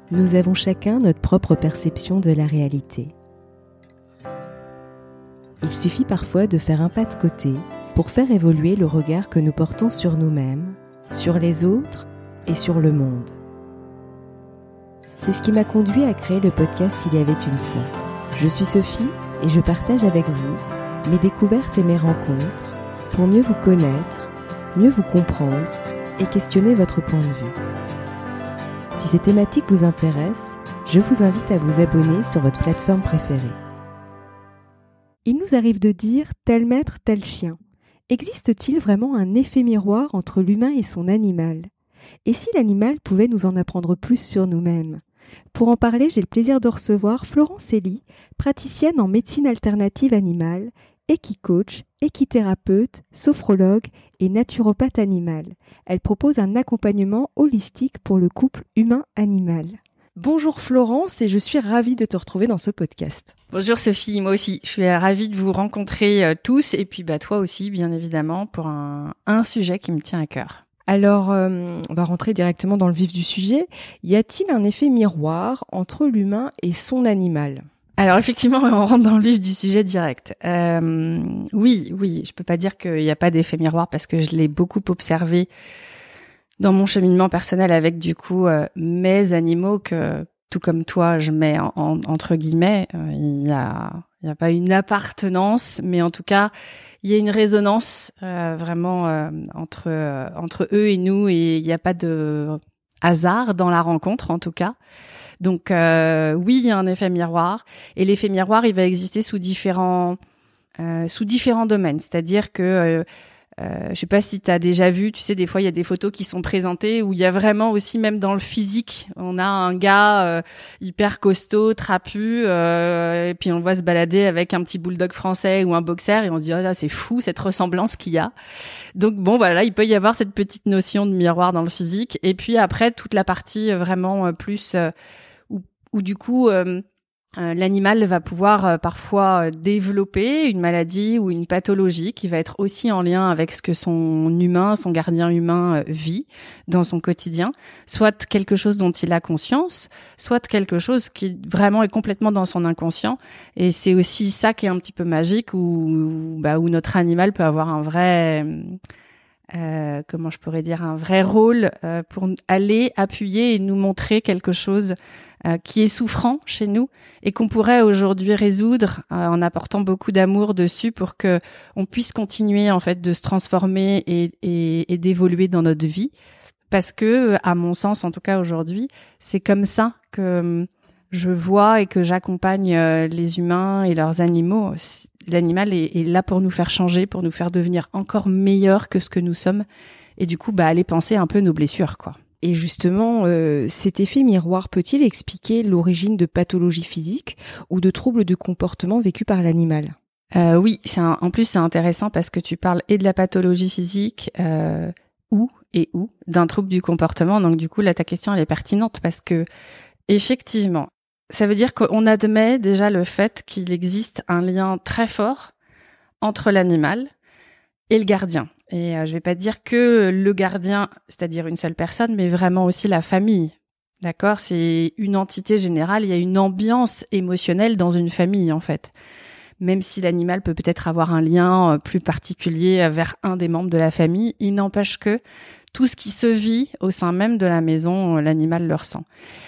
Nous avons chacun notre propre perception de la réalité. Il suffit parfois de faire un pas de côté pour faire évoluer le regard que nous portons sur nous-mêmes, sur les autres et sur le monde. C'est ce qui m'a conduit à créer le podcast Il y avait une fois. Je suis Sophie et je partage avec vous mes découvertes et mes rencontres pour mieux vous connaître, mieux vous comprendre et questionner votre point de vue. Si ces thématiques vous intéressent, je vous invite à vous abonner sur votre plateforme préférée. Il nous arrive de dire « tel maître, tel chien ». Existe-t-il vraiment un effet miroir entre l'humain et son animal ? Et si l'animal pouvait nous en apprendre plus sur nous-mêmes ? Pour en parler, j'ai le plaisir de recevoir Florence Elie, praticienne en médecine alternative animale, équicoach, équithérapeute, sophrologue et naturopathe animal. Elle propose un accompagnement holistique pour le couple humain-animal. Bonjour Florence et je suis ravie de te retrouver dans ce podcast. Bonjour Sophie, moi aussi. Je suis ravie de vous rencontrer tous et puis toi aussi bien évidemment pour un sujet qui me tient à cœur. Alors, on va rentrer directement dans le vif du sujet. Y a-t-il un effet miroir entre l'humain et son animal ? Alors effectivement, on rentre dans le vif du sujet direct. Oui, je peux pas dire qu'il n'y a pas d'effet miroir parce que je l'ai beaucoup observé dans mon cheminement personnel avec du coup mes animaux que tout comme toi je mets entre guillemets. Il y a pas une appartenance, mais en tout cas il y a une résonance vraiment entre eux et nous et il n'y a pas de hasard dans la rencontre en tout cas. Donc oui, il y a un effet miroir et l'effet miroir, il va exister sous différents domaines, c'est-à-dire que je sais pas si tu as déjà vu, tu sais, des fois il y a des photos qui sont présentées où il y a vraiment aussi même dans le physique, on a un gars hyper costaud, trapu et puis on le voit se balader avec un petit bulldog français ou un boxer et on se dit là c'est fou cette ressemblance qu'il y a. Donc bon voilà, il peut y avoir cette petite notion de miroir dans le physique et puis après toute la partie vraiment plus où du coup l'animal va pouvoir parfois développer une maladie ou une pathologie qui va être aussi en lien avec ce que son gardien humain vit dans son quotidien, soit quelque chose dont il a conscience, soit quelque chose qui vraiment est complètement dans son inconscient. Et c'est aussi ça qui est un petit peu magique où notre animal peut avoir un vrai un vrai rôle pour aller appuyer et nous montrer quelque chose qui est souffrant chez nous et qu'on pourrait aujourd'hui résoudre en apportant beaucoup d'amour dessus pour que on puisse continuer en fait de se transformer et d'évoluer dans notre vie. Parce que, à mon sens, en tout cas aujourd'hui, c'est comme ça que je vois et que j'accompagne les humains et leurs animaux. L'animal est là pour nous faire changer, pour nous faire devenir encore meilleurs que ce que nous sommes. Et du coup, aller penser un peu nos blessures, quoi. Et justement, cet effet miroir peut-il expliquer l'origine de pathologies physiques ou de troubles de comportement vécus par l'animal ? Oui, en plus c'est intéressant parce que tu parles et de la pathologie physique ou d'un trouble du comportement. Donc du coup, là, ta question elle est pertinente parce que effectivement, ça veut dire qu'on admet déjà le fait qu'il existe un lien très fort entre l'animal et le gardien. Et je vais pas dire que le gardien, c'est-à-dire une seule personne, mais vraiment aussi la famille. D'accord ? C'est une entité générale, il y a une ambiance émotionnelle dans une famille en fait. Même si l'animal peut peut-être avoir un lien plus particulier vers un des membres de la famille, il n'empêche que tout ce qui se vit au sein même de la maison, l'animal le ressent.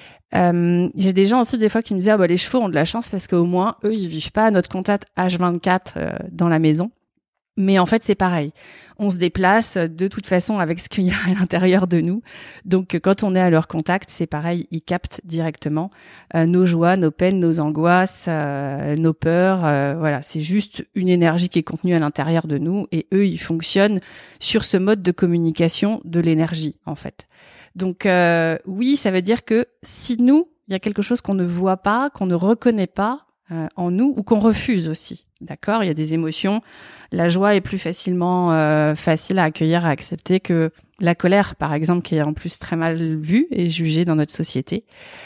J'ai des gens aussi des fois qui me disent les chevaux ont de la chance parce qu'au moins eux ils vivent pas à notre contact H24 dans la maison. Mais en fait, c'est pareil. On se déplace de toute façon avec ce qu'il y a à l'intérieur de nous. Donc, quand on est à leur contact, c'est pareil, ils captent directement nos joies, nos peines, nos angoisses, nos peurs. Voilà, c'est juste une énergie qui est contenue à l'intérieur de nous. Et eux, ils fonctionnent sur ce mode de communication de l'énergie, en fait. Donc, oui, ça veut dire que si nous, il y a quelque chose qu'on ne voit pas, qu'on ne reconnaît pas, en nous ou qu'on refuse aussi, d'accord ? Il y a des émotions, la joie est plus facilement facile à accueillir, à accepter que la colère, par exemple, qui est en plus très mal vue et jugée dans notre société.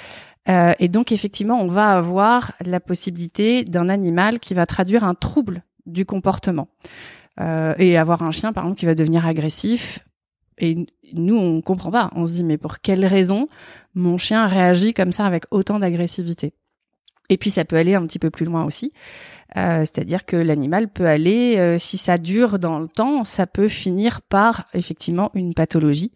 Et donc, effectivement, on va avoir la possibilité d'un animal qui va traduire un trouble du comportement et avoir un chien, par exemple, qui va devenir agressif Et nous, on comprend pas. On se dit, mais pour quelle raison mon chien réagit comme ça avec autant d'agressivité? Et puis, ça peut aller un petit peu plus loin aussi. C'est-à-dire que l'animal peut aller, si ça dure dans le temps, ça peut finir par effectivement une pathologie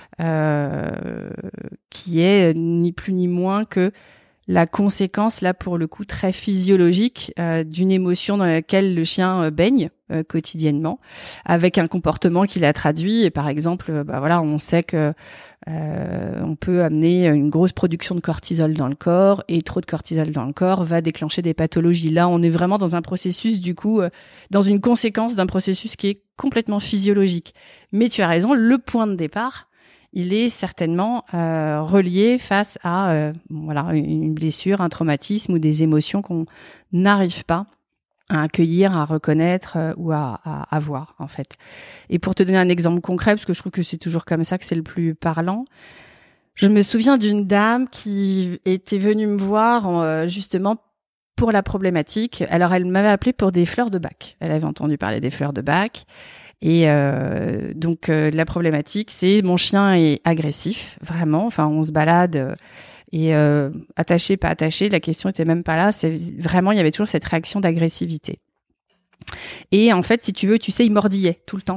qui est ni plus ni moins que la conséquence, là pour le coup très physiologique, d'une émotion dans laquelle le chien baigne quotidiennement, avec un comportement qui la traduit. Et par exemple, on sait que on peut amener une grosse production de cortisol dans le corps, et trop de cortisol dans le corps va déclencher des pathologies. Là, on est vraiment dans un processus, du coup, dans une conséquence d'un processus qui est complètement physiologique. Mais tu as raison, le point de départ, il est certainement relié face à une blessure, un traumatisme ou des émotions qu'on n'arrive pas à accueillir, à reconnaître ou à voir, en fait. Et pour te donner un exemple concret, parce que je trouve que c'est toujours comme ça que c'est le plus parlant, je me souviens d'une dame qui était venue me voir justement pour la problématique. Alors, elle m'avait appelée pour des fleurs de bac. Elle avait entendu parler des fleurs de bac. Et donc, la problématique, c'est mon chien est agressif, vraiment. Enfin, on se balade... Et attaché, pas attaché, la question était même pas là. C'est vraiment, il y avait toujours cette réaction d'agressivité. Et en fait, si tu veux, tu sais, il mordillait tout le temps.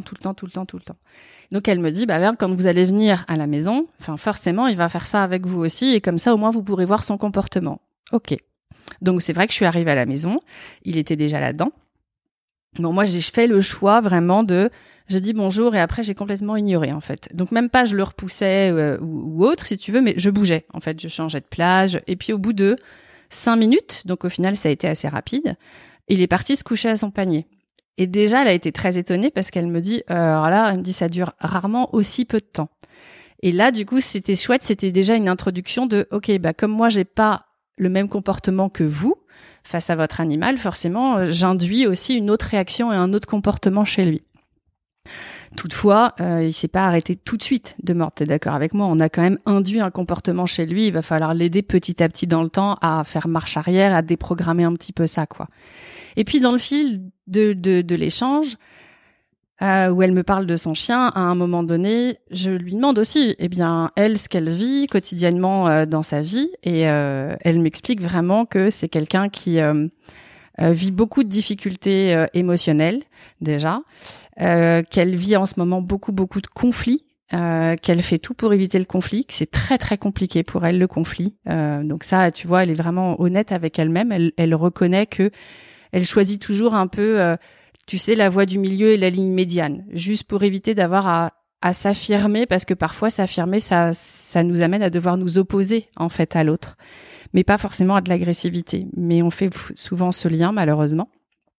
Donc elle me dit, là, quand vous allez venir à la maison, forcément, il va faire ça avec vous aussi, et comme ça, au moins, vous pourrez voir son comportement. Ok. Donc c'est vrai que je suis arrivée à la maison, il était déjà là-dedans. Bon, moi, j'ai fait le choix vraiment j'ai dit bonjour et après, j'ai complètement ignoré, en fait. Donc, même pas je le repoussais ou autre, si tu veux, mais je bougeais. En fait, je changeais de place. Et puis, au bout de 5 minutes, donc au final, ça a été assez rapide, il est parti se coucher à son panier. Et déjà, elle a été très étonnée parce qu'elle me dit, elle me dit, ça dure rarement aussi peu de temps. Et là, du coup, c'était chouette. C'était déjà une introduction de, OK, comme moi, j'ai pas le même comportement que vous, face à votre animal, forcément, j'induis aussi une autre réaction et un autre comportement chez lui. Toutefois, il s'est pas arrêté tout de suite de mordre. T'es d'accord avec moi? On a quand même induit un comportement chez lui. Il va falloir l'aider petit à petit dans le temps à faire marche arrière, à déprogrammer un petit peu ça, quoi. Et puis, dans le fil de l'échange, où elle me parle de son chien, à un moment donné, je lui demande aussi, elle, ce qu'elle vit quotidiennement dans sa vie, et elle m'explique vraiment que c'est quelqu'un qui vit beaucoup de difficultés émotionnelles, déjà, qu'elle vit en ce moment beaucoup de conflits, qu'elle fait tout pour éviter le conflit, que c'est très très compliqué pour elle le conflit. Donc ça, tu vois, elle est vraiment honnête avec elle-même. Elle reconnaît que elle choisit toujours un peu, tu sais, la voie du milieu et la ligne médiane, juste pour éviter d'avoir à s'affirmer, parce que parfois s'affirmer, ça nous amène à devoir nous opposer en fait à l'autre, mais pas forcément à de l'agressivité. Mais on fait souvent ce lien, malheureusement.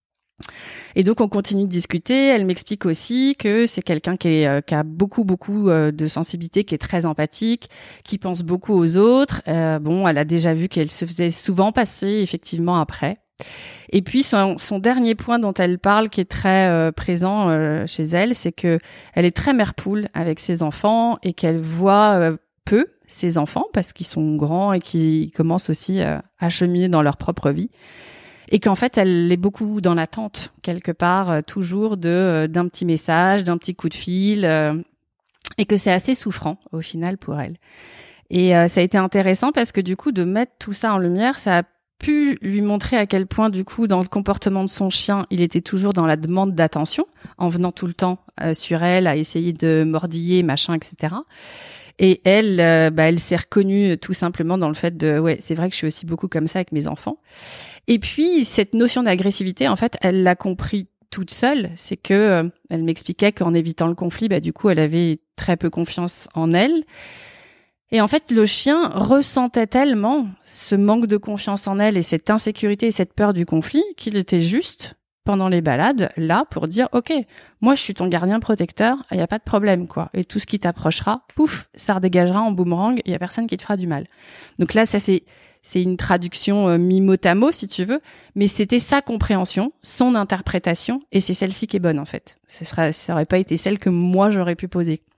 Et donc, on continue de discuter. Elle m'explique aussi que c'est quelqu'un qui a beaucoup de sensibilité, qui est très empathique, qui pense beaucoup aux autres. Elle a déjà vu qu'elle se faisait souvent passer, effectivement, après. Et puis, son dernier point dont elle parle, qui est très présent chez elle, c'est que elle est très mère-poule avec ses enfants et qu'elle voit peu ses enfants parce qu'ils sont grands et qu'ils commencent aussi à cheminer dans leur propre vie. Et qu'en fait, elle est beaucoup dans l'attente, quelque part, toujours d'un petit message, d'un petit coup de fil, et que c'est assez souffrant, au final, pour elle. Et ça a été intéressant parce que, du coup, de mettre tout ça en lumière, ça a pu lui montrer à quel point, du coup, dans le comportement de son chien, il était toujours dans la demande d'attention, en venant tout le temps sur elle, à essayer de mordiller, machin, etc. Et elle, elle s'est reconnue tout simplement dans le fait de, ouais, c'est vrai que je suis aussi beaucoup comme ça avec mes enfants. Et puis, cette notion d'agressivité, en fait, elle l'a compris toute seule. C'est que elle m'expliquait qu'en évitant le conflit, du coup, elle avait très peu confiance en elle. Et en fait, le chien ressentait tellement ce manque de confiance en elle et cette insécurité et cette peur du conflit qu'il était juste, pendant les balades, là pour dire « Ok, moi je suis ton gardien protecteur, il n'y a pas de problème, quoi. Et tout ce qui t'approchera, pouf, ça redégagera en boomerang, il n'y a personne qui te fera du mal. » Donc là, ça c'est une traduction mi-mot à mot, si tu veux, mais c'était sa compréhension, son interprétation, et c'est celle-ci qui est bonne, en fait. Ça aurait pas été celle que moi j'aurais pu poser.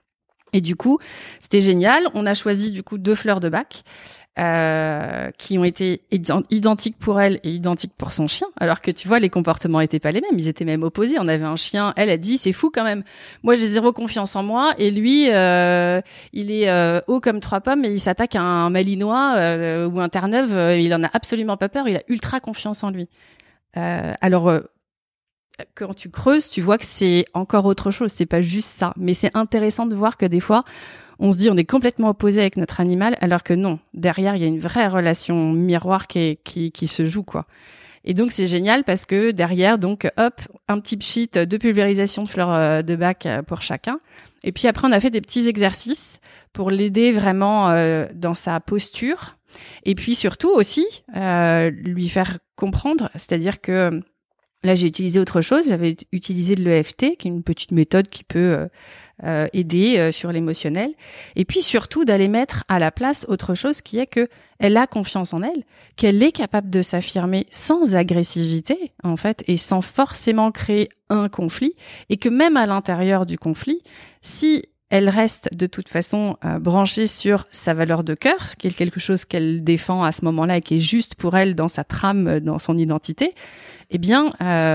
Et du coup, c'était génial. On a choisi du coup 2 fleurs de bac qui ont été identiques pour elle et identiques pour son chien. Alors que tu vois, les comportements étaient pas les mêmes. Ils étaient même opposés. On avait un chien. Elle a dit, c'est fou quand même. Moi, j'ai 0 confiance en moi. Et lui, il est haut comme 3 pommes et il s'attaque à un malinois ou un terre-neuve. Il en a absolument pas peur. Il a ultra confiance en lui. Alors quand tu creuses, tu vois que c'est encore autre chose. C'est pas juste ça. Mais c'est intéressant de voir que des fois, on se dit on est complètement opposé avec notre animal, alors que non. Derrière, il y a une vraie relation miroir qui se joue, quoi. Et donc, c'est génial parce que derrière, donc, hop, un petit sheet de pulvérisation de fleurs de bac pour chacun. Et puis après, on a fait des petits exercices pour l'aider vraiment dans sa posture. Et puis surtout aussi, lui faire comprendre, c'est-à-dire que là, j'ai utilisé autre chose. J'avais utilisé de l'EFT, qui est une petite méthode qui peut aider sur l'émotionnel. Et puis surtout, d'aller mettre à la place autre chose qui est que elle a confiance en elle, qu'elle est capable de s'affirmer sans agressivité, en fait, et sans forcément créer un conflit. Et que même à l'intérieur du conflit, si elle reste de toute façon branchée sur sa valeur de cœur, qui est quelque chose qu'elle défend à ce moment-là et qui est juste pour elle dans sa trame, dans son identité, eh bien,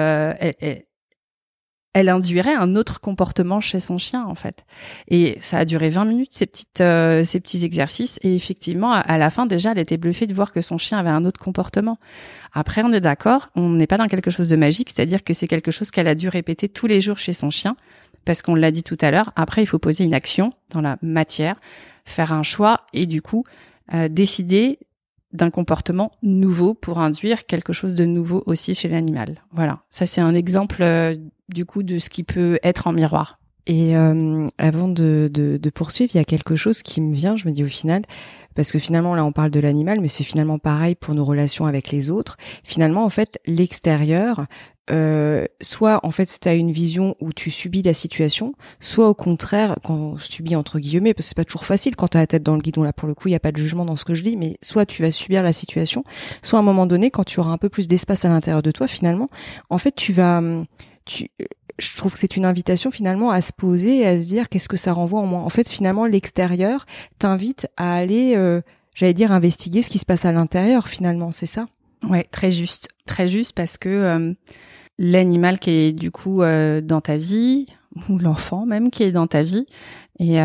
elle induirait un autre comportement chez son chien, en fait. Et ça a duré 20 minutes, ces petits exercices. Et effectivement, à la fin, déjà, elle était bluffée de voir que son chien avait un autre comportement. Après, on est d'accord, on n'est pas dans quelque chose de magique, c'est-à-dire que c'est quelque chose qu'elle a dû répéter tous les jours chez son chien, parce qu'on l'a dit tout à l'heure. Après, il faut poser une action dans la matière, faire un choix et du coup, décider d'un comportement nouveau pour induire quelque chose de nouveau aussi chez l'animal. Voilà, ça c'est un exemple du coup de ce qui peut être en miroir. Et avant de poursuivre, il y a quelque chose qui me vient, je me dis au final, parce que finalement là on parle de l'animal, mais c'est finalement pareil pour nos relations avec les autres. Finalement en fait l'extérieur, soit en fait tu as une vision où tu subis la situation, soit au contraire quand je subis entre guillemets, parce que c'est pas toujours facile quand tu as la tête dans le guidon, là pour le coup il y a pas de jugement dans ce que je dis, mais soit tu vas subir la situation, soit à un moment donné quand tu auras un peu plus d'espace à l'intérieur de toi finalement, en fait je trouve que c'est une invitation finalement à se poser et à se dire qu'est-ce que ça renvoie en moi. En fait, finalement, l'extérieur t'invite à aller, j'allais dire, investiguer ce qui se passe à l'intérieur finalement, c'est ça ? Ouais, très juste parce que l'animal qui est du coup dans ta vie, ou l'enfant même qui est dans ta vie, et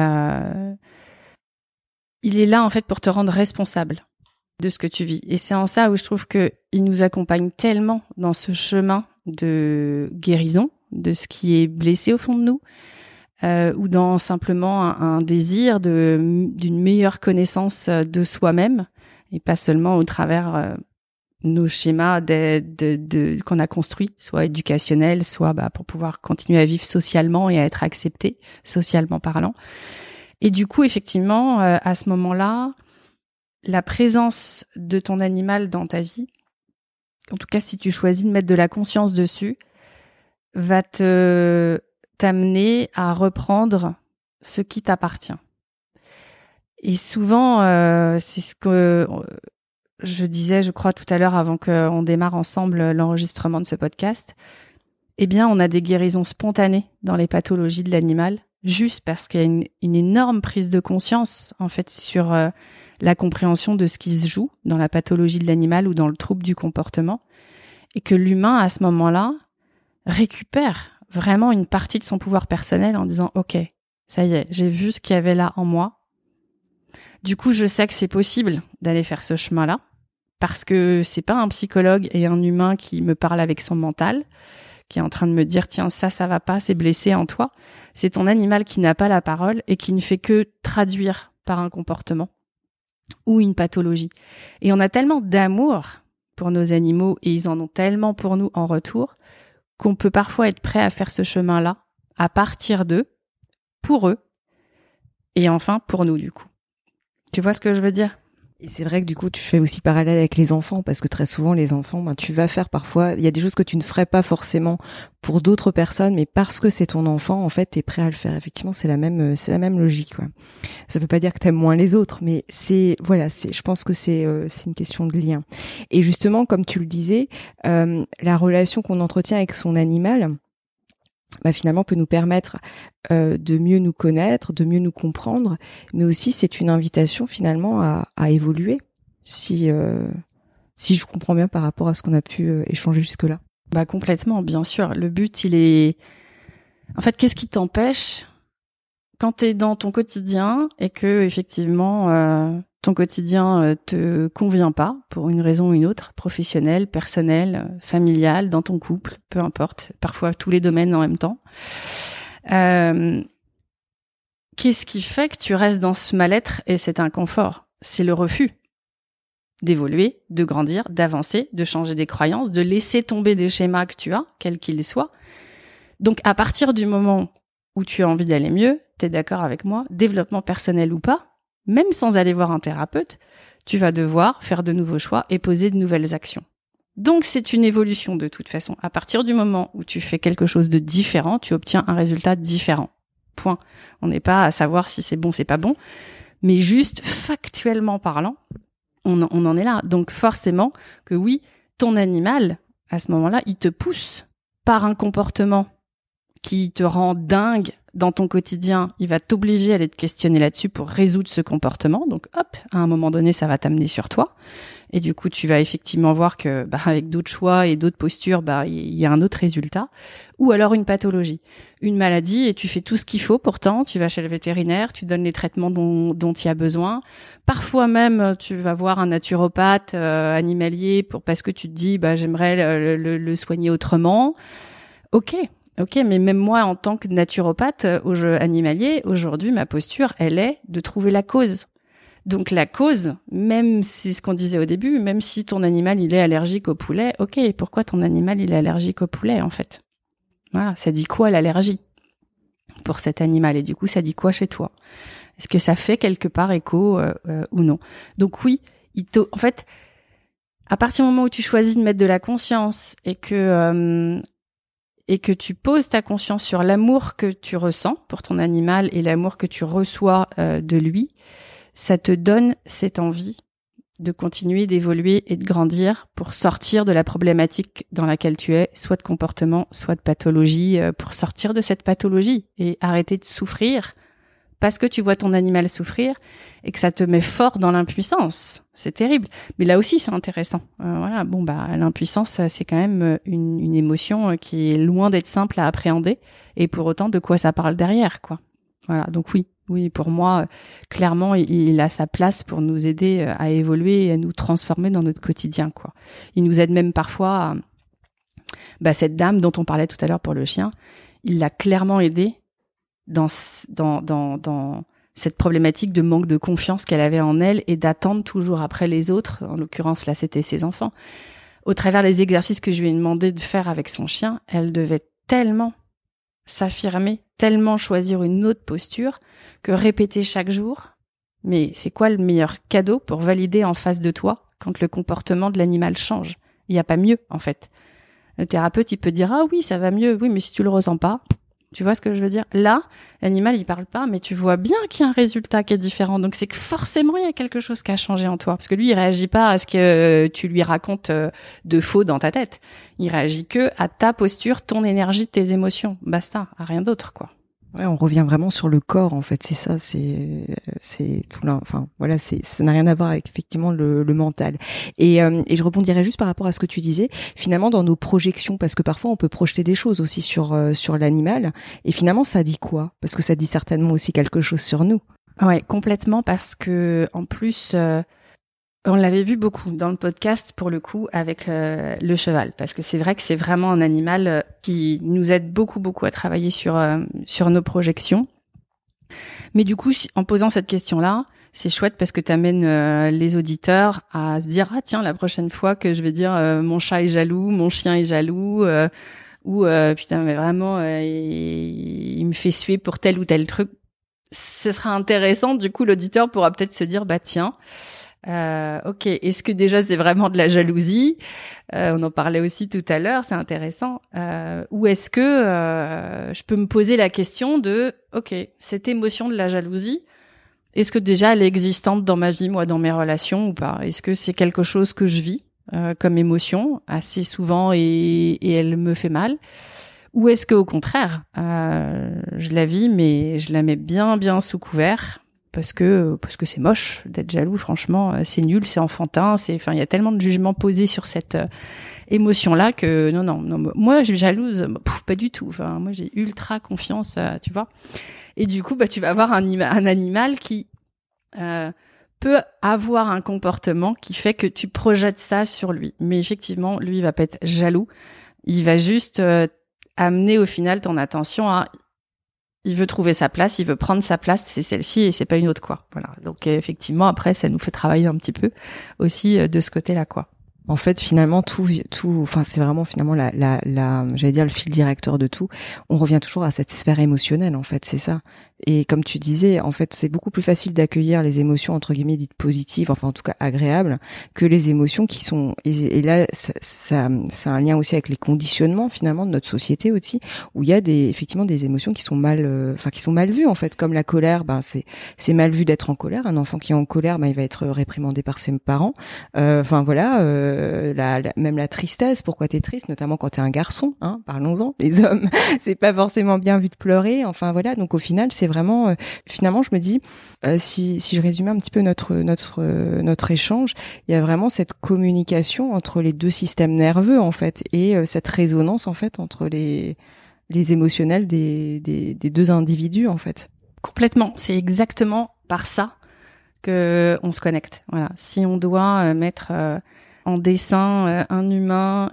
il est là en fait pour te rendre responsable de ce que tu vis. Et c'est en ça où je trouve que il nous accompagne tellement dans ce chemin de guérison de ce qui est blessé au fond de nous, ou dans simplement un désir d'une meilleure connaissance de soi-même, et pas seulement au travers nos schémas qu'on a construits, soit éducationnels, soit pour pouvoir continuer à vivre socialement et à être accepté, socialement parlant. Et du coup, effectivement, à ce moment-là, la présence de ton animal dans ta vie, en tout cas si tu choisis de mettre de la conscience dessus, va t'amener à reprendre ce qui t'appartient. Et souvent, c'est ce que je disais, je crois, tout à l'heure avant qu'on démarre ensemble l'enregistrement de ce podcast. Eh bien, on a des guérisons spontanées dans les pathologies de l'animal, juste parce qu'il y a une énorme prise de conscience, en fait, sur la compréhension de ce qui se joue dans la pathologie de l'animal ou dans le trouble du comportement, et que l'humain, à ce moment-là, récupère vraiment une partie de son pouvoir personnel en disant « Ok, ça y est, j'ai vu ce qu'il y avait là en moi. Du coup, je sais que c'est possible d'aller faire ce chemin-là parce que c'est pas un psychologue et un humain qui me parle avec son mental, qui est en train de me dire « Tiens, ça va pas, c'est blessé en toi. » C'est ton animal qui n'a pas la parole et qui ne fait que traduire par un comportement ou une pathologie. Et on a tellement d'amour pour nos animaux et ils en ont tellement pour nous en retour qu'on peut parfois être prêt à faire ce chemin-là, à partir d'eux, pour eux, et enfin pour nous du coup. Tu vois ce que je veux dire ? Et c'est vrai que du coup, tu fais aussi parallèle avec les enfants, parce que très souvent, les enfants, tu vas faire parfois, il y a des choses que tu ne ferais pas forcément pour d'autres personnes, mais parce que c'est ton enfant, en fait, t'es prêt à le faire. Effectivement, c'est la même logique, quoi. Ça veut pas dire que t'aimes moins les autres, mais je pense que c'est une question de lien. Et justement, comme tu le disais, la relation qu'on entretient avec son animal, finalement peut nous permettre de mieux nous connaître, de mieux nous comprendre, mais aussi c'est une invitation finalement à évoluer, si je comprends bien par rapport à ce qu'on a pu échanger jusque-là. Complètement, bien sûr. Le but, il est... En fait, qu'est-ce qui t'empêche quand tu es dans ton quotidien et que effectivement ton quotidien te convient pas pour une raison ou une autre, professionnelle, personnelle, familiale, dans ton couple, peu importe, parfois tous les domaines en même temps. Qu'est-ce qui fait que tu restes dans ce mal-être et cet inconfort ? C'est le refus d'évoluer, de grandir, d'avancer, de changer des croyances, de laisser tomber des schémas que tu as, quels qu'ils soient. Donc, à partir du moment où tu as envie d'aller mieux, tu es d'accord avec moi, développement personnel ou pas, même sans aller voir un thérapeute, tu vas devoir faire de nouveaux choix et poser de nouvelles actions. Donc, c'est une évolution de toute façon. À partir du moment où tu fais quelque chose de différent, tu obtiens un résultat différent. Point. On n'est pas à savoir si c'est bon, c'est pas bon, mais juste factuellement parlant, on en est là. Donc, forcément que oui, ton animal, à ce moment-là, il te pousse par un comportement qui te rend dingue dans ton quotidien, il va t'obliger à aller te questionner là-dessus pour résoudre ce comportement. Donc hop, à un moment donné, ça va t'amener sur toi. Et du coup, tu vas effectivement voir que avec d'autres choix et d'autres postures, il y a un autre résultat. Ou alors une pathologie, une maladie, et tu fais tout ce qu'il faut pourtant. Tu vas chez le vétérinaire, tu donnes les traitements dont il y a besoin. Parfois même, tu vas voir un naturopathe animalier parce que tu te dis, j'aimerais le soigner autrement. Ok, mais même moi, en tant que naturopathe au jeu animalier, aujourd'hui, ma posture, elle est de trouver la cause. Donc la cause, même si ce qu'on disait au début, même si ton animal, il est allergique au poulet, ok, pourquoi ton animal, il est allergique au poulet, en fait ? Voilà, ça dit quoi l'allergie pour cet animal ? Et du coup, ça dit quoi chez toi ? Est-ce que ça fait quelque part écho ou non ? Donc oui, en fait, à partir du moment où tu choisis de mettre de la conscience et que tu poses ta conscience sur l'amour que tu ressens pour ton animal et l'amour que tu reçois de lui, ça te donne cette envie de continuer d'évoluer et de grandir pour sortir de la problématique dans laquelle tu es, soit de comportement, soit de pathologie, pour sortir de cette pathologie et arrêter de souffrir parce que tu vois ton animal souffrir et que ça te met fort dans l'impuissance. C'est terrible. Mais là aussi, c'est intéressant. L'impuissance, c'est quand même une émotion qui est loin d'être simple à appréhender. Et pour autant, de quoi ça parle derrière, quoi. Voilà. Donc oui, pour moi, clairement, il a sa place pour nous aider à évoluer et à nous transformer dans notre quotidien, quoi. Il nous aide même parfois cette dame dont on parlait tout à l'heure pour le chien, il l'a clairement aidée dans cette problématique de manque de confiance qu'elle avait en elle et d'attendre toujours après les autres. En l'occurrence, là, c'était ses enfants. Au travers des exercices que je lui ai demandé de faire avec son chien, elle devait tellement s'affirmer, tellement choisir une autre posture que répéter chaque jour. Mais c'est quoi le meilleur cadeau pour valider en face de toi quand le comportement de l'animal change ? Il n'y a pas mieux, en fait. Le thérapeute, il peut dire « Ah oui, ça va mieux. Oui, mais si tu le ressens pas... » Tu vois ce que je veux dire ? Là, l'animal, il parle pas, mais tu vois bien qu'il y a un résultat qui est différent. Donc, c'est que forcément, il y a quelque chose qui a changé en toi. Parce que lui, il réagit pas à ce que tu lui racontes de faux dans ta tête. Il réagit que à ta posture, ton énergie, tes émotions. Basta, à rien d'autre, quoi. Ouais, on revient vraiment sur le corps, en fait. C'est ça, c'est tout là. Enfin, voilà, ça n'a rien à voir avec effectivement le mental. Et je rebondirais juste par rapport à ce que tu disais. Finalement, dans nos projections, parce que parfois on peut projeter des choses aussi sur l'animal. Et finalement, ça dit quoi ? Parce que ça dit certainement aussi quelque chose sur nous. Ouais, complètement, parce que en plus. On l'avait vu beaucoup dans le podcast, pour le coup, avec le cheval, parce que c'est vrai que c'est vraiment un animal qui nous aide beaucoup, beaucoup à travailler sur nos projections. Mais du coup, en posant cette question-là, c'est chouette parce que tu amènes les auditeurs à se dire « Ah tiens, la prochaine fois que je vais dire mon chat est jaloux, mon chien est jaloux, ou putain, mais vraiment, il me fait suer pour tel ou tel truc », ce sera intéressant. Du coup, l'auditeur pourra peut-être se dire « Bah tiens, ok, est-ce que déjà c'est vraiment de la jalousie ? On en parlait aussi tout à l'heure, c'est intéressant. Ou est-ce que je peux me poser la question de, ok, cette émotion de la jalousie, est-ce que déjà elle est existante dans ma vie, moi, dans mes relations ou pas ? Est-ce que c'est quelque chose que je vis comme émotion assez souvent et elle me fait mal ? Ou est-ce que au contraire, je la vis, mais je la mets bien sous couvert parce que c'est moche d'être jaloux. Franchement, c'est nul, c'est enfantin. Il y a tellement de jugements posés sur cette émotion-là que non. Moi, je suis jalouse, pas du tout. Enfin, moi, j'ai ultra confiance, tu vois. Et du coup, tu vas avoir un animal qui peut avoir un comportement qui fait que tu projettes ça sur lui. Mais effectivement, lui, il va pas être jaloux. Il va juste amener au final ton attention à il veut trouver sa place, il veut prendre sa place, c'est celle-ci et c'est pas une autre, quoi. Voilà. Donc effectivement, après, ça nous fait travailler un petit peu aussi de ce côté-là, quoi. En fait, finalement, c'est vraiment finalement j'allais dire le fil directeur de tout. On revient toujours à cette sphère émotionnelle, en fait, c'est ça. Et comme tu disais, en fait, c'est beaucoup plus facile d'accueillir les émotions entre guillemets dites positives, enfin en tout cas agréables, que les émotions qui sont. Et là, ça a un lien aussi avec les conditionnements finalement de notre société aussi, où il y a effectivement des émotions qui sont mal vues en fait, comme la colère. C'est mal vu d'être en colère. Un enfant qui est en colère, il va être réprimandé par ses parents. Même la tristesse, pourquoi t'es triste, notamment quand t'es un garçon, hein, parlons-en, les hommes, c'est pas forcément bien vu de pleurer, enfin voilà, donc au final, c'est vraiment, finalement, je me dis, si je résumais un petit peu notre échange, il y a vraiment cette communication entre les deux systèmes nerveux, en fait, et cette résonance, en fait, entre les émotionnels des deux individus, en fait. Complètement, c'est exactement par ça que on se connecte. Voilà, si on doit mettre en dessin un humain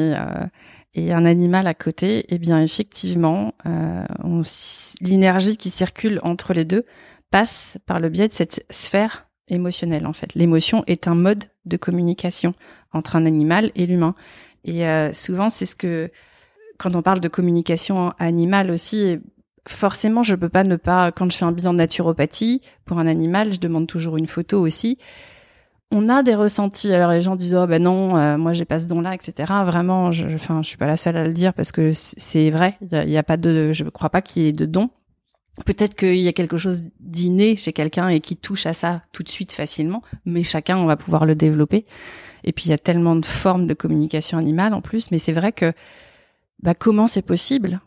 et un animal à côté, eh bien effectivement, l'énergie qui circule entre les deux passe par le biais de cette sphère émotionnelle en fait. L'émotion est un mode de communication entre un animal et l'humain. Et souvent, c'est ce que, quand on parle de communication animale aussi, forcément, je peux pas ne pas, quand je fais un bilan de naturopathie, pour un animal, je demande toujours une photo aussi. On a des ressentis. Alors les gens disent non, moi j'ai pas ce don-là, etc. Vraiment, je suis pas la seule à le dire parce que c'est vrai. Il y a pas je crois pas qu'il y ait de don. Peut-être qu'il y a quelque chose d'inné chez quelqu'un et qui touche à ça tout de suite facilement, mais chacun on va pouvoir le développer. Et puis il y a tellement de formes de communication animale en plus, mais c'est vrai que comment c'est possible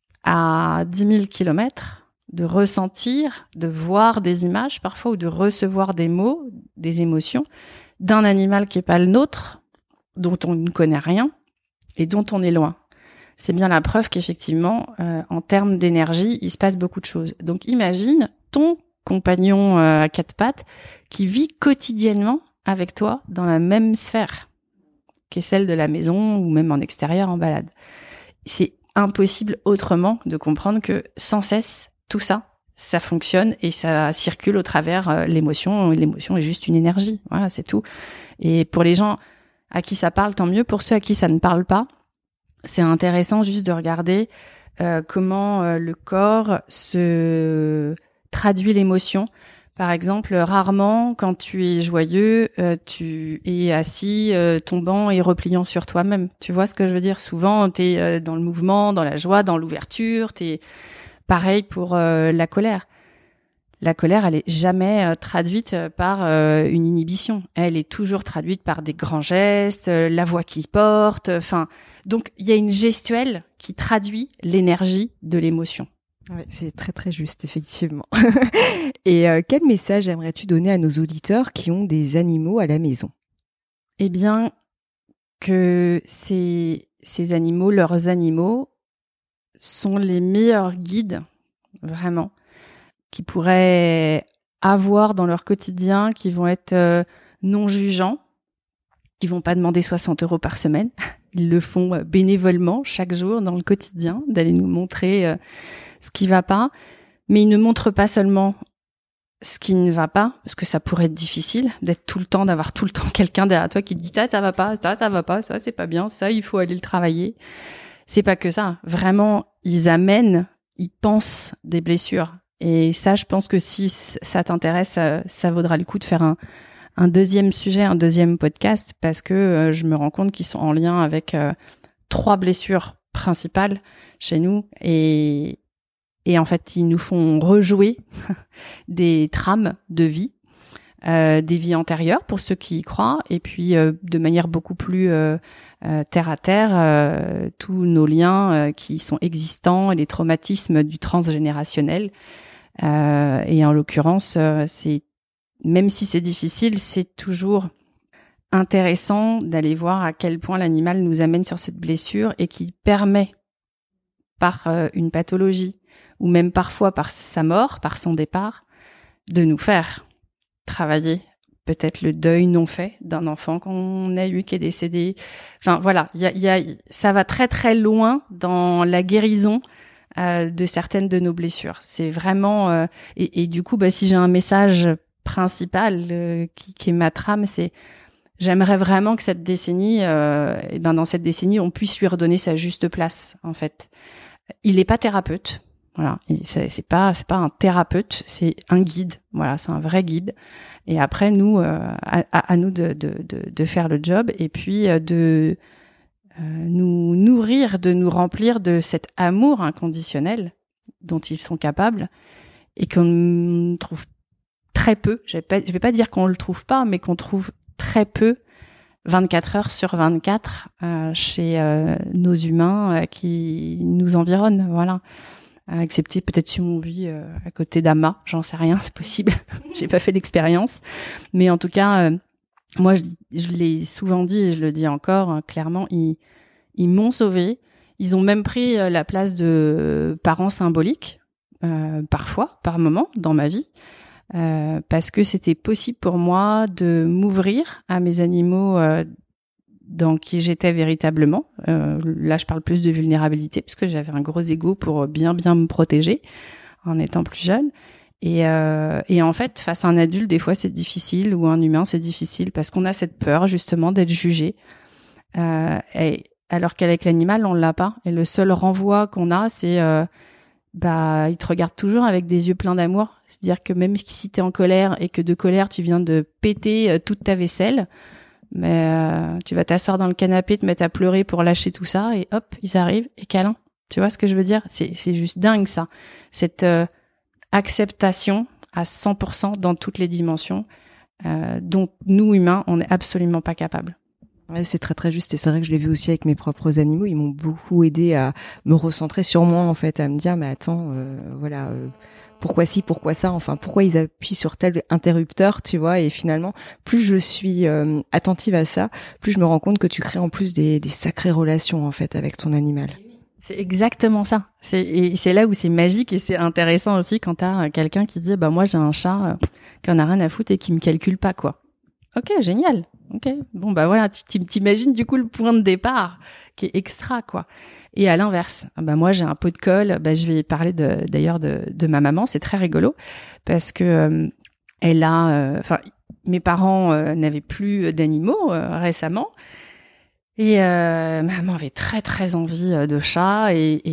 à 10 000 kilomètres de ressentir, de voir des images parfois ou de recevoir des mots, des émotions d'un animal qui est pas le nôtre, dont on ne connaît rien et dont on est loin. C'est bien la preuve qu'effectivement, en termes d'énergie, il se passe beaucoup de choses. Donc imagine ton compagnon à quatre pattes qui vit quotidiennement avec toi dans la même sphère qu'est celle de la maison ou même en extérieur en balade. C'est impossible autrement de comprendre que sans cesse, tout ça, ça fonctionne et ça circule au travers l'émotion. L'émotion est juste une énergie. Voilà, c'est tout. Et pour les gens à qui ça parle, tant mieux. Pour ceux à qui ça ne parle pas, c'est intéressant juste de regarder comment le corps se traduit l'émotion. Par exemple, rarement, quand tu es joyeux, tu es assis, tombant et repliant sur toi-même. Tu vois ce que je veux dire? Souvent, tu es dans le mouvement, dans la joie, dans l'ouverture, t'es... Pareil pour la colère. La colère, elle est jamais traduite par une inhibition. Elle est toujours traduite par des grands gestes, la voix qui porte. Enfin, donc il y a une gestuelle qui traduit l'énergie de l'émotion. Ouais, c'est très très juste, effectivement. Et quel message aimerais-tu donner à nos auditeurs qui ont des animaux à la maison? Eh bien, que ces animaux, leurs animaux, sont les meilleurs guides, vraiment, qu'ils pourraient avoir dans leur quotidien, qui vont être non jugeants, qui vont pas demander 60 € par semaine. Ils le font bénévolement chaque jour dans le quotidien, d'aller nous montrer ce qui va pas. Mais ils ne montrent pas seulement ce qui ne va pas, parce que ça pourrait être difficile d'avoir tout le temps quelqu'un derrière toi qui te dit ça va pas, ça va pas, ça c'est pas bien, ça il faut aller le travailler. C'est pas que ça. Vraiment, ils pensent des blessures. Et ça, je pense que si ça t'intéresse, ça vaudra le coup de faire un deuxième sujet, un deuxième podcast, parce que je me rends compte qu'ils sont en lien avec 3 blessures principales chez nous. Et en fait, ils nous font rejouer des trames de vie des vies antérieures pour ceux qui y croient, et puis de manière beaucoup plus terre à terre, tous nos liens qui sont existants et les traumatismes du transgénérationnel. Et en l'occurrence, c'est même si c'est difficile, c'est toujours intéressant d'aller voir à quel point l'animal nous amène sur cette blessure et qui permet, par une pathologie ou même parfois par sa mort, par son départ, de nous faire travailler peut-être le deuil non fait d'un enfant qu'on a eu qui est décédé. Enfin voilà, ça va très très loin dans la guérison de certaines de nos blessures. C'est vraiment et du coup, si j'ai un message principal qui est ma trame, c'est j'aimerais vraiment que cette décennie, dans cette décennie, on puisse lui redonner sa juste place. En fait, il n'est pas thérapeute. Voilà, c'est pas un thérapeute, c'est un guide. Voilà, c'est un vrai guide. Et après, nous, à nous de faire le job et puis de nous nourrir, de nous remplir de cet amour inconditionnel dont ils sont capables et qu'on trouve très peu. Je vais pas dire qu'on le trouve pas, mais qu'on trouve très peu 24 heures sur 24 chez nos humains qui nous environnent. Voilà. Excepté peut-être si on vit à côté d'Ama, j'en sais rien, c'est possible. J'ai pas fait l'expérience, mais en tout cas, moi je l'ai souvent dit et je le dis encore clairement, ils m'ont sauvée. Ils ont même pris la place de parents symboliques, parfois, par moment, dans ma vie, parce que c'était possible pour moi de m'ouvrir à mes animaux dans qui j'étais véritablement. Là, je parle plus de vulnérabilité puisque j'avais un gros ego pour bien me protéger en étant plus jeune. Et en fait, face à un adulte, des fois, c'est difficile, ou un humain, c'est difficile parce qu'on a cette peur justement d'être jugé. Et alors qu'avec l'animal, on l'a pas. Et le seul renvoi qu'on a, c'est il te regarde toujours avec des yeux pleins d'amour. C'est-à-dire que même si t'es en colère et que de colère, tu viens de péter toute ta vaisselle, mais tu vas t'asseoir dans le canapé, te mettre à pleurer pour lâcher tout ça, et hop, ils arrivent, et câlin. Tu vois ce que je veux dire ? C'est juste dingue, ça. Cette acceptation à 100% dans toutes les dimensions, dont nous, humains, on n'est absolument pas capables. Ouais, c'est très très juste, et c'est vrai que je l'ai vu aussi avec mes propres animaux. Ils m'ont beaucoup aidé à me recentrer sur moi, en fait, à me dire, mais attends, pourquoi ci, pourquoi ça, enfin pourquoi ils appuient sur tel interrupteur, tu vois. Et finalement, plus je suis attentive à ça, plus je me rends compte que tu crées en plus des sacrées relations, en fait, avec ton animal. C'est exactement ça. C'est là où c'est magique, et c'est intéressant aussi quand t'as quelqu'un qui dit moi j'ai un chat qui en a rien à foutre et qui me calcule pas, quoi. Ok, génial. Ok, bon voilà, tu t'imagines du coup le point de départ qui est extra, quoi. Et à l'inverse, moi j'ai un pot de colle. Je vais parler d'ailleurs de ma maman. C'est très rigolo parce que elle a, mes parents n'avaient plus d'animaux récemment, et maman avait très très envie de chat,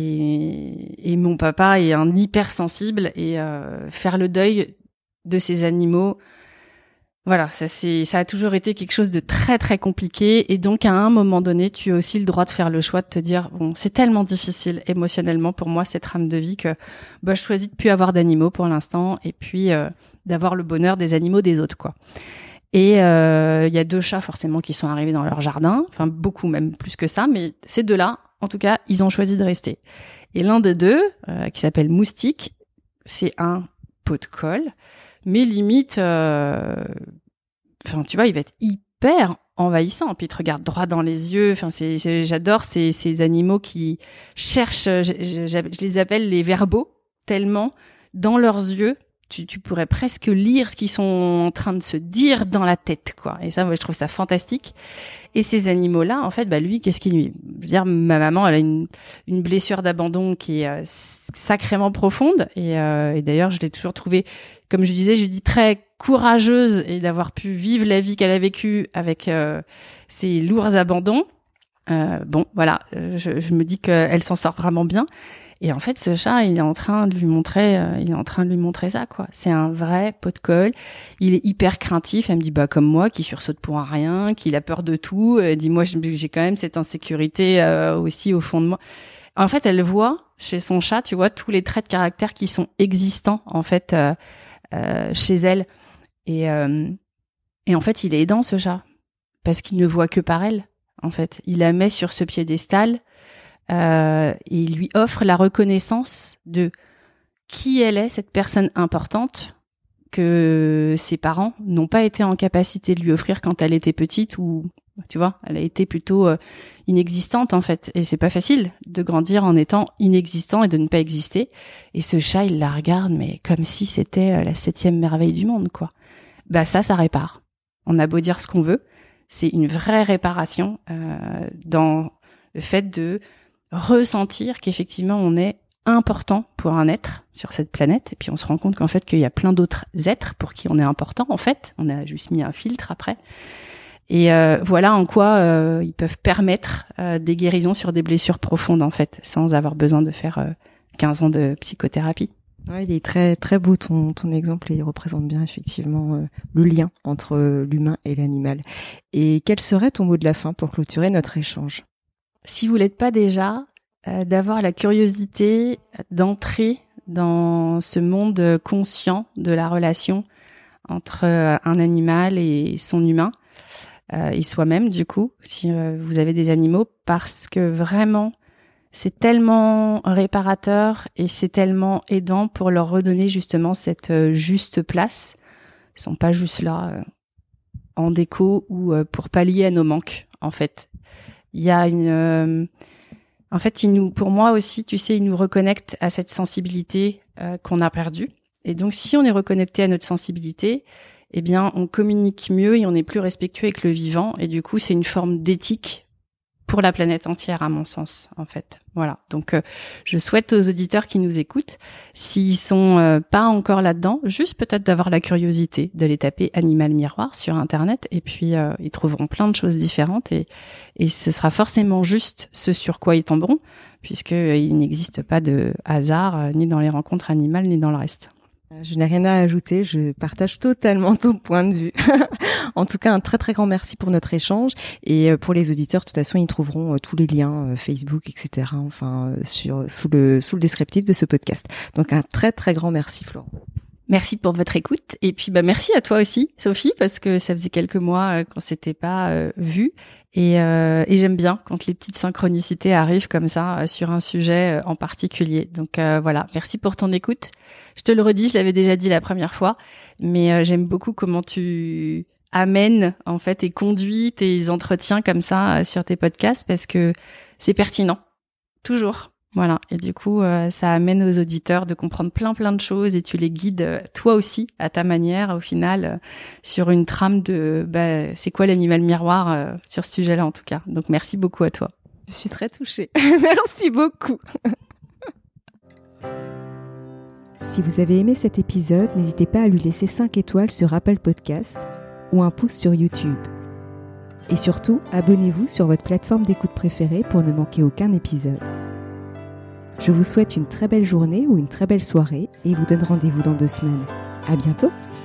et mon papa est un hypersensible, et faire le deuil de ces animaux. Voilà, ça a toujours été quelque chose de très très compliqué, et donc à un moment donné, tu as aussi le droit de faire le choix de te dire c'est tellement difficile émotionnellement pour moi cette trame de vie que je choisis de plus avoir d'animaux pour l'instant, et puis d'avoir le bonheur des animaux des autres, quoi. Et il y a 2 chats forcément qui sont arrivés dans leur jardin, enfin beaucoup même plus que ça, mais ces 2-là, en tout cas, ils ont choisi de rester. Et l'un des 2, qui s'appelle Moustique, c'est un pot de colle. Mais limite, tu vois, il va être hyper envahissant. Puis il te regarde droit dans les yeux. J'adore ces animaux qui cherchent. Je les appelle les verbaux, tellement dans leurs yeux, tu pourrais presque lire ce qu'ils sont en train de se dire dans la tête, quoi. Et ça, moi, je trouve ça fantastique. Et ces animaux-là, en fait, lui, qu'est-ce qu'il lui... Je veux dire, ma maman, elle a une blessure d'abandon qui est sacrément profonde. Et d'ailleurs, je l'ai toujours trouvée, comme je dis très courageuse, et d'avoir pu vivre la vie qu'elle a vécue avec ces lourds abandons. Voilà, je me dis qu'elle s'en sort vraiment bien. Et en fait, ce chat, il est en train de lui montrer ça, quoi. C'est un vrai pot de colle. Il est hyper craintif. Elle me dit, comme moi, qui sursaute pour un rien, qui a peur de tout. Dis-moi, j'ai quand même cette insécurité aussi au fond de moi. En fait, elle voit chez son chat, tu vois, tous les traits de caractère qui sont existants, en fait, chez elle. Et en fait, il est aidant, ce chat, parce qu'il ne voit que par elle, en fait. Il la met sur ce piédestal et il lui offre la reconnaissance de qui elle est, cette personne importante que ses parents n'ont pas été en capacité de lui offrir quand elle était petite, ou tu vois, elle a été plutôt inexistante en fait. Et c'est pas facile de grandir en étant inexistant et de ne pas exister. Et ce chat, il la regarde, mais comme si c'était la 7e merveille du monde, quoi. Bah ça répare. On a beau dire ce qu'on veut, c'est une vraie réparation dans le fait de ressentir qu'effectivement on est important pour un être sur cette planète, et puis on se rend compte qu'en fait qu'il y a plein d'autres êtres pour qui on est important, en fait. On a juste mis un filtre après. Et voilà en quoi ils peuvent permettre des guérisons sur des blessures profondes, en fait, sans avoir besoin de faire 15 ans de psychothérapie. Ouais, il est très très beau ton exemple, et il représente bien effectivement le lien entre l'humain et l'animal. Et quel serait ton mot de la fin pour clôturer notre échange? Si vous l'êtes pas déjà, d'avoir la curiosité d'entrer dans ce monde conscient de la relation entre un animal et son humain, et soi-même du coup, si vous avez des animaux, parce que vraiment c'est tellement réparateur et c'est tellement aidant pour leur redonner justement cette juste place. Ils sont pas juste là en déco ou pour pallier à nos manques, en fait. Il y a en fait, pour moi aussi, tu sais, ils nous reconnectent à cette sensibilité qu'on a perdue. Et donc, si on est reconnecté à notre sensibilité, eh bien, on communique mieux et on est plus respectueux avec le vivant. Et du coup, c'est une forme d'éthique pour la planète entière, à mon sens, en fait. Voilà. Donc, je souhaite aux auditeurs qui nous écoutent, s'ils sont pas encore là-dedans, juste peut-être d'avoir la curiosité de les taper Animal Miroir sur Internet, et puis ils trouveront plein de choses différentes, et ce sera forcément juste ce sur quoi ils tomberont, puisqu'il n'existe pas de hasard, ni dans les rencontres animales, ni dans le reste. Je n'ai rien à ajouter, je partage totalement ton point de vue. En tout cas, un très très grand merci pour notre échange, et pour les auditeurs, de toute façon, ils trouveront tous les liens Facebook, etc. Enfin, sous le descriptif de ce podcast. Donc un très très grand merci, Florent. Merci pour votre écoute, et puis merci à toi aussi, Sophie, parce que ça faisait quelques mois qu'on s'était pas vu, et j'aime bien quand les petites synchronicités arrivent comme ça sur un sujet en particulier. Donc voilà, merci pour ton écoute. Je te le redis, je l'avais déjà dit la première fois, mais j'aime beaucoup comment tu amènes en fait et conduis tes entretiens comme ça sur tes podcasts, parce que c'est pertinent, toujours. Voilà, et du coup, ça amène aux auditeurs de comprendre plein de choses, et tu les guides toi aussi à ta manière, au final, sur une trame de c'est quoi l'animal miroir sur ce sujet-là en tout cas. Donc merci beaucoup à toi. Je suis très touchée. Merci beaucoup. Si vous avez aimé cet épisode, n'hésitez pas à lui laisser 5 étoiles sur Apple Podcast ou un pouce sur YouTube. Et surtout, abonnez-vous sur votre plateforme d'écoute préférée pour ne manquer aucun épisode. Je vous souhaite une très belle journée ou une très belle soirée, et vous donne rendez-vous dans 2 semaines. À bientôt!